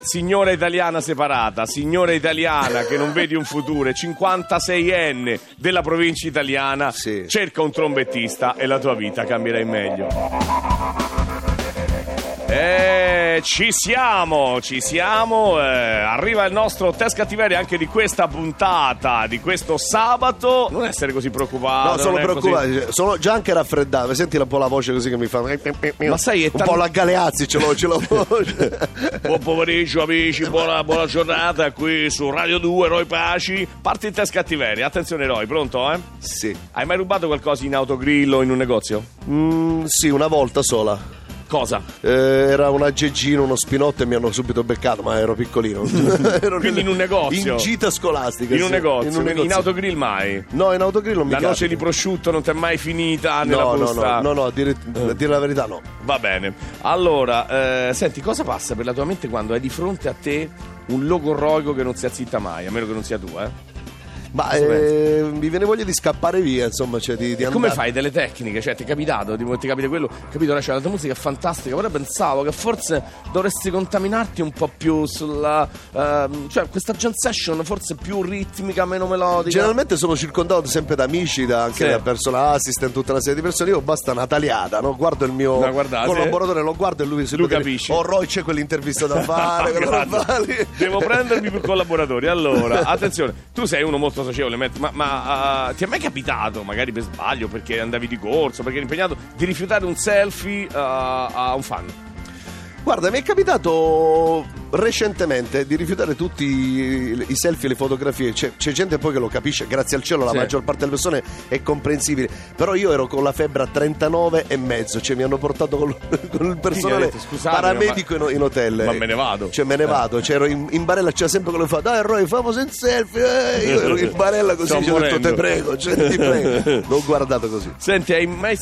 Signora italiana separata, signora italiana che non vedi un futuro, 56enne della provincia italiana, sì. Cerca un trombettista e la tua vita cambierà in meglio. Ci siamo, arriva il nostro test cattiveria anche di questa puntata, di questo sabato. Non essere così preoccupato. No, sono preoccupato, così. Sono già anche raffreddato. Senti un po' la voce così che mi fa. Ma sai, un po' la Galeazzi ce l'ho voce. Buon pomeriggio amici, buona giornata qui su Radio 2, Roy Paci. Parte il test cattiveria, attenzione Roy, pronto? Sì. Hai mai rubato qualcosa in autogrill o in un negozio? Sì, una volta sola. Cosa? Era un aggeggino, uno spinotto e mi hanno subito beccato, ma ero piccolino. Quindi in un negozio? In gita scolastica. In un sì. negozio? In autogrill mai? No, in autogrill non mi capita. La noce di prosciutto non ti è mai finita nella busta? No, a dire la verità no. Va bene. Allora, senti, cosa passa per la tua mente quando hai di fronte a te un logorroico che non si azzitta mai, a meno che non sia tu, Ma mi viene voglia di scappare via, insomma, cioè di andare. Come fai delle tecniche? Cioè, ti è capitato? Ti capita quello? Capito? Ora, cioè, la tua musica è fantastica, però pensavo che forse dovresti contaminarti un po' più sulla cioè, questa jam session forse più ritmica, meno melodica. Generalmente sono circondato sempre da amici, anche da personal assistant, tutta una serie di persone. Io basta una tagliata, no? Guardo il mio collaboratore, lo guardo e lui capisce. Oh, Roy, c'è quell'intervista da fare. Devo prendermi più collaboratori. Allora, attenzione, tu sei uno molto socievole, ma ti è mai capitato, magari per sbaglio, perché andavi di corso, perché eri impegnato, di rifiutare un selfie a un fan? Guarda, mi è capitato recentemente di rifiutare tutti i selfie e le fotografie. C'è gente poi che lo capisce, grazie al cielo la maggior parte delle persone è comprensibile. Però io ero con la febbre a 39,5, cioè mi hanno portato con il personale paramedico in hotel. Ma me ne vado. Cioè me ne vado, cioè, ero in barella, c'era sempre quello che fa: dai Roy, famo il selfie. Io ero in barella così, ho detto te prego, ti prego. L'ho guardato così. Senti, hai mai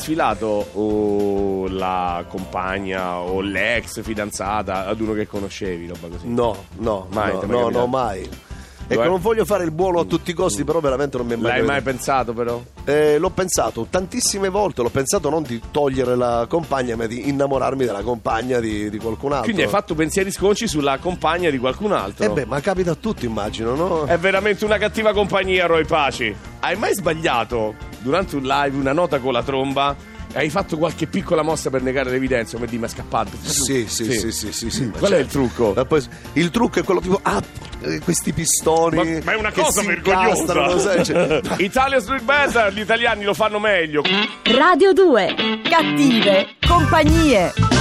sfilato la compagna o l'ex fidanzata ad uno che conoscevi, roba così? No, mai. Ecco, non voglio fare il buono a tutti i costi, però veramente non mi è mai. L'hai mai pensato, però? L'ho pensato tantissime volte. L'ho pensato non di togliere la compagna, ma di innamorarmi della compagna di qualcun altro. Quindi hai fatto pensieri sconci sulla compagna di qualcun altro? Ma capita a tutti, immagino, no? È veramente una cattiva compagnia, Roy Paci. Hai mai sbagliato durante un live una nota con la tromba? Hai fatto qualche piccola mossa per negare l'evidenza, come dire, ma è scappato? Sì. Qual è il trucco? Poi, il trucco è quello tipo questi pistoni. Ma è una cosa vergognosa. Italia Street Band, gli italiani lo fanno meglio. Radio 2, cattive compagnie.